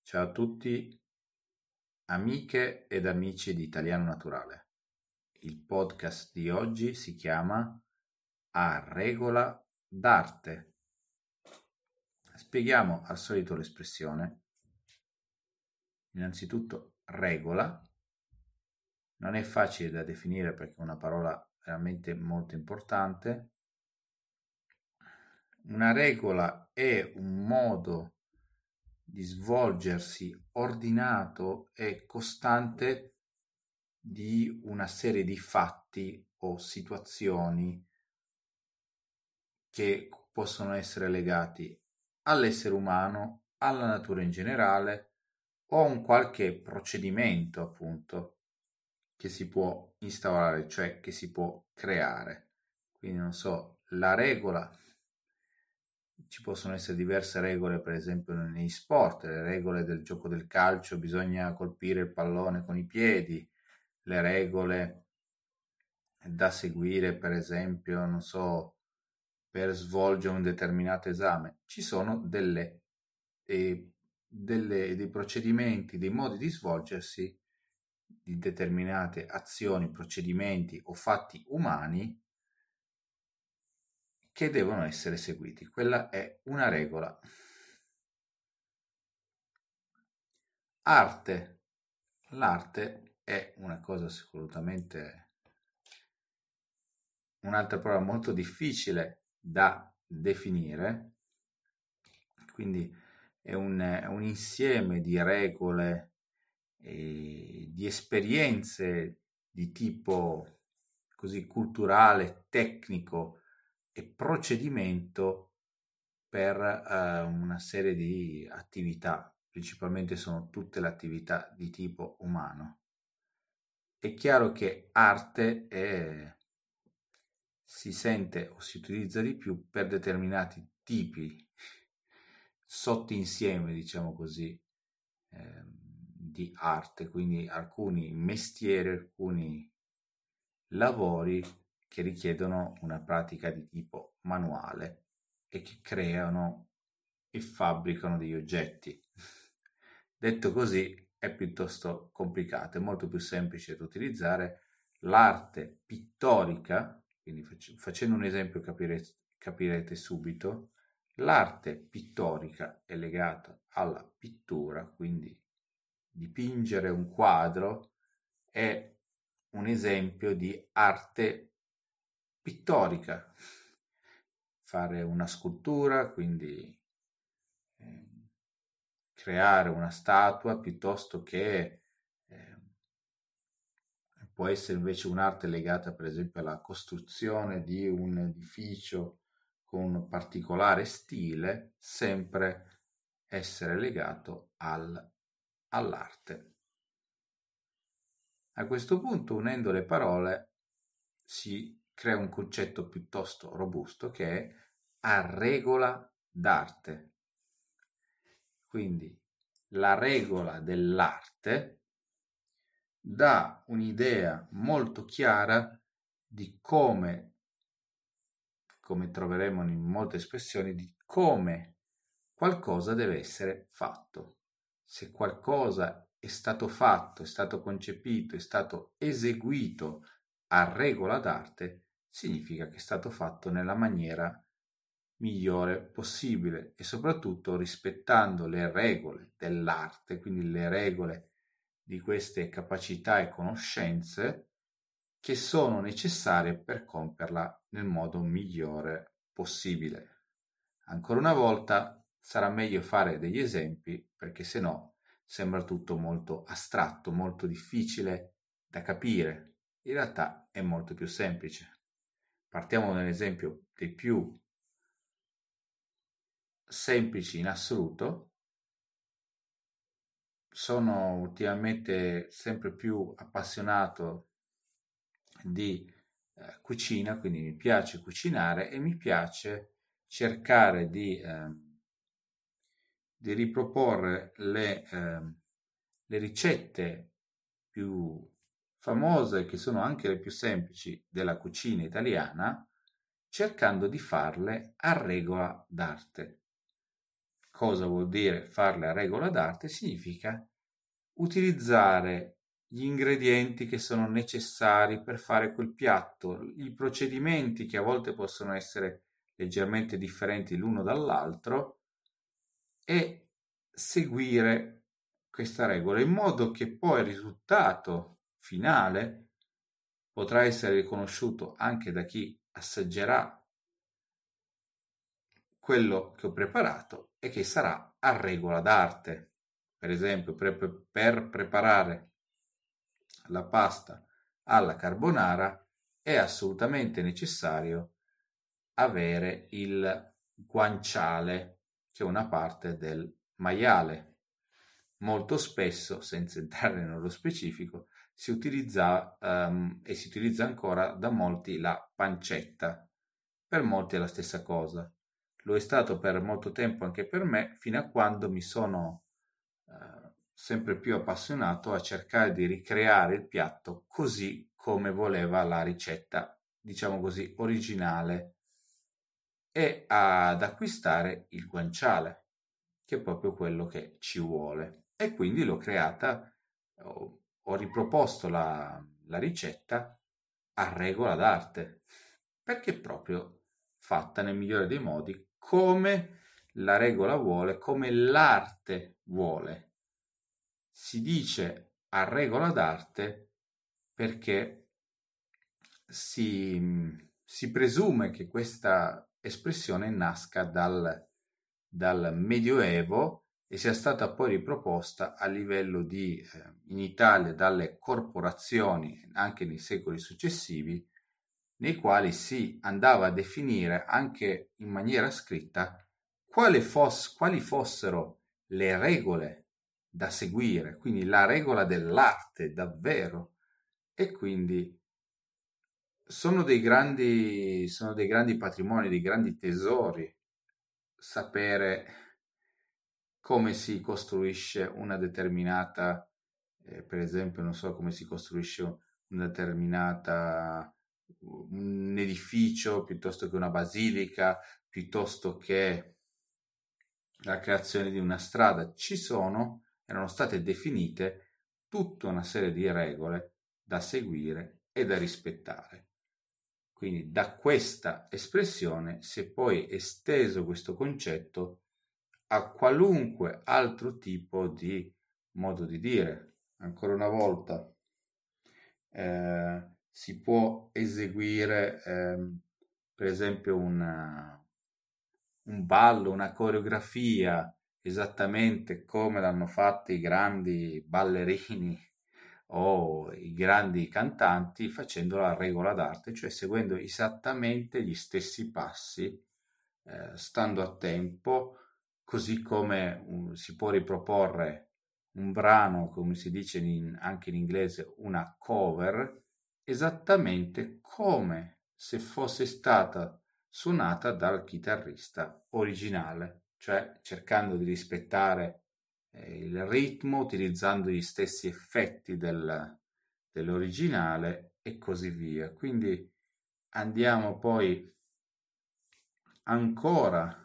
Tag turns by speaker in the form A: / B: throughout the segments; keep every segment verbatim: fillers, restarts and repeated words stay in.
A: Ciao a tutti, amiche ed amici di Italiano Naturale. Il podcast di oggi si chiama A regola d'arte. Spieghiamo al solito l'espressione. Innanzitutto, regola non è facile da definire perché è una parola veramente molto importante. Una regola è un modo di svolgersi ordinato e costante di una serie di fatti o situazioni che possono essere legati all'essere umano, alla natura in generale o a un qualche procedimento, appunto, che si può instaurare, cioè che si può creare. Quindi non so, la regola, ci possono essere diverse regole, per esempio negli sport, le regole del gioco del calcio, bisogna colpire il pallone con i piedi, le regole da seguire, per esempio, non so, per svolgere un determinato esame. Ci sono delle, eh, delle- dei procedimenti, dei modi di svolgersi di determinate azioni, procedimenti o fatti umani che devono essere seguiti. Quella è una regola. Arte. L'arte è una cosa assolutamente, un'altra parola molto difficile da definire, quindi è un, è un insieme di regole e di esperienze di tipo così culturale, tecnico e procedimento per eh, una serie di attività, principalmente sono tutte le attività di tipo umano. È chiaro che arte è, si sente o si utilizza di più per determinati tipi, sottoinsieme, diciamo così, ehm, di arte, quindi alcuni mestieri, alcuni lavori che richiedono una pratica di tipo manuale e che creano e fabbricano degli oggetti. Detto così è piuttosto complicato, è molto più semplice da utilizzare l'arte pittorica, quindi facendo un esempio capirete, capirete subito, l'arte pittorica è legata alla pittura, quindi dipingere un quadro è un esempio di arte pittorica. Fare una scultura, quindi eh, creare una statua piuttosto che eh, può essere invece un'arte legata per esempio alla costruzione di un edificio con un particolare stile, sempre essere legato al, all'arte. A questo punto, unendo le parole, si crea un concetto piuttosto robusto che è a regola d'arte. Quindi la regola dell'arte dà un'idea molto chiara di come, come troveremo in molte espressioni, di come qualcosa deve essere fatto. Se qualcosa è stato fatto, è stato concepito, è stato eseguito a regola d'arte, significa che è stato fatto nella maniera migliore possibile e soprattutto rispettando le regole dell'arte, quindi le regole di queste capacità e conoscenze che sono necessarie per compierla nel modo migliore possibile. Ancora una volta sarà meglio fare degli esempi perché se no sembra tutto molto astratto, molto difficile da capire. In realtà è molto più semplice. Partiamo dall'esempio dei più semplici in assoluto. Sono ultimamente sempre più appassionato di eh, cucina, quindi mi piace cucinare e mi piace cercare di, eh, di riproporre le, eh, le ricette più famose, che sono anche le più semplici della cucina italiana, cercando di farle a regola d'arte. cosa vuol dire farle a regola d'arte? Significa utilizzare gli ingredienti che sono necessari per fare quel piatto, i procedimenti che a volte possono essere leggermente differenti l'uno dall'altro, e seguire questa regola in modo che poi il risultato finale potrà essere riconosciuto anche da chi assaggerà quello che ho preparato e che sarà a regola d'arte. Per esempio, per, per preparare la pasta alla carbonara è assolutamente necessario avere il guanciale, che è una parte del maiale. Molto spesso, senza entrare nello specifico, si utilizza um, e si utilizza ancora da molti la pancetta. Per molti è la stessa cosa. Lo è stato per molto tempo anche per me, fino a quando mi sono uh, sempre più appassionato a cercare di ricreare il piatto così come voleva la ricetta, diciamo così, originale, e ad acquistare il guanciale, che è proprio quello che ci vuole. E quindi l'ho creata, ho, ho riproposto la, la ricetta a regola d'arte, perché è proprio fatta nel migliore dei modi, come la regola vuole, come l'arte vuole. Si dice a regola d'arte perché si, si presume che questa espressione nasca dal, dal Medioevo e sia stata poi riproposta a livello di, eh, in Italia, dalle corporazioni anche nei secoli successivi, nei quali si andava a definire anche in maniera scritta quali, foss- quali fossero le regole da seguire, quindi la regola dell'arte davvero. E quindi sono dei grandi, sono dei grandi patrimoni, dei grandi tesori, sapere come si costruisce una determinata, eh, per esempio, non so come si costruisce una determinata, un edificio piuttosto che una basilica, piuttosto che la creazione di una strada. Ci sono, erano state definite tutta una serie di regole da seguire e da rispettare. Quindi da questa espressione si è poi esteso questo concetto a qualunque altro tipo di modo di dire. Ancora una volta, eh, si può eseguire, eh, per esempio, una, un ballo, una coreografia, esattamente come l'hanno fatto i grandi ballerini o i grandi cantanti, facendola a regola d'arte, cioè seguendo esattamente gli stessi passi, eh, stando a tempo, così come um, si può riproporre un brano, come si dice in, anche in inglese, una cover, esattamente come se fosse stata suonata dal chitarrista originale, cioè cercando di rispettare eh, il ritmo, utilizzando gli stessi effetti del, dell'originale e così via. Quindi andiamo poi ancora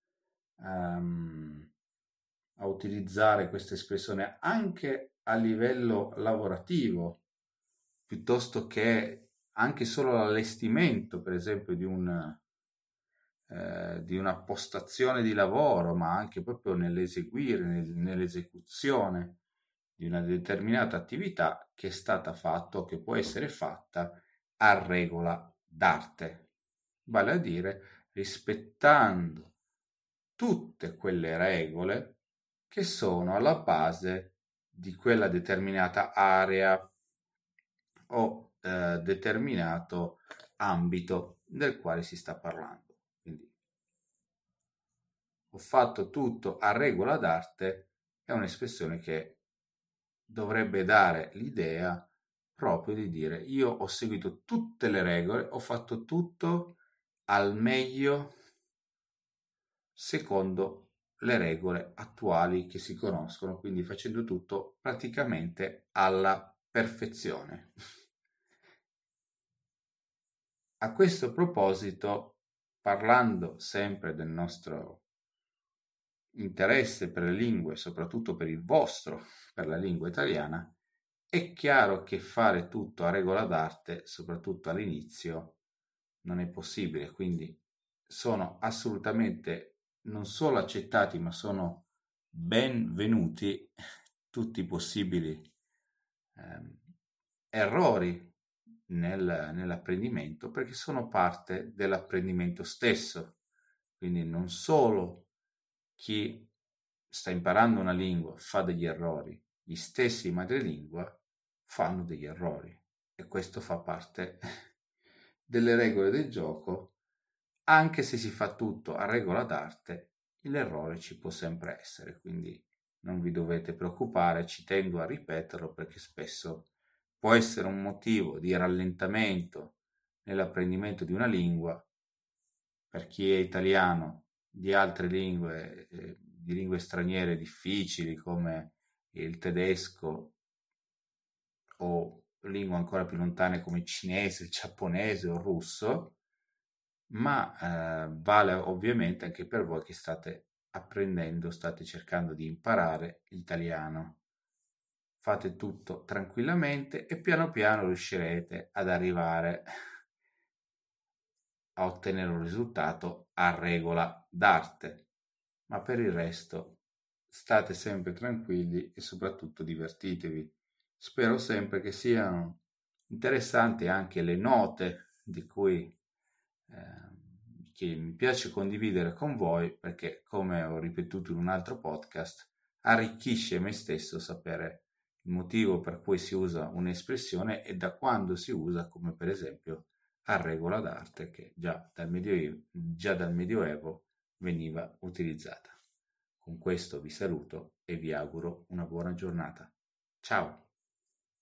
A: um, a utilizzare questa espressione anche a livello lavorativo, piuttosto che anche solo l'allestimento, per esempio, di un, eh, di una postazione di lavoro, ma anche proprio nell'eseguire, nel, nell'esecuzione di una determinata attività che è stata fatta o che può essere fatta a regola d'arte, vale a dire rispettando tutte quelle regole che sono alla base di quella determinata area o eh, determinato ambito del quale si sta parlando. Quindi ho fatto tutto a regola d'arte è un'espressione che dovrebbe dare l'idea proprio di dire io ho seguito tutte le regole, ho fatto tutto al meglio secondo le regole attuali che si conoscono, quindi facendo tutto praticamente alla perfezione. A questo proposito, parlando sempre del nostro interesse per le lingue, soprattutto per il vostro, per la lingua italiana, è chiaro che fare tutto a regola d'arte, soprattutto all'inizio, non è possibile, quindi sono assolutamente non solo accettati, ma sono benvenuti tutti i possibili ehm, errori nel- nell'apprendimento, perché sono parte dell'apprendimento stesso. Quindi non solo chi sta imparando una lingua fa degli errori, gli stessi madrelingua fanno degli errori e questo fa parte delle regole del gioco. Anche se si fa tutto a regola d'arte, l'errore ci può sempre essere, quindi non vi dovete preoccupare, ci tengo a ripeterlo perché spesso può essere un motivo di rallentamento nell'apprendimento di una lingua per chi è italiano, di altre lingue, eh, di lingue straniere difficili come il tedesco o lingue ancora più lontane come il cinese, il giapponese o il russo, ma eh, vale ovviamente anche per voi che state apprendendo, state cercando di imparare l'italiano. Fate tutto tranquillamente e piano piano riuscirete ad arrivare a ottenere un risultato a regola d'arte. Ma per il resto state sempre tranquilli e soprattutto divertitevi. Spero sempre che siano interessanti anche le note di cui eh, che mi piace condividere con voi perché, come ho ripetuto in un altro podcast, arricchisce me stesso sapere il motivo per cui si usa un'espressione e da quando si usa, come per esempio a regola d'arte che già dal Medioevo, già dal Medioevo veniva utilizzata. Con questo vi saluto e vi auguro una buona giornata. Ciao!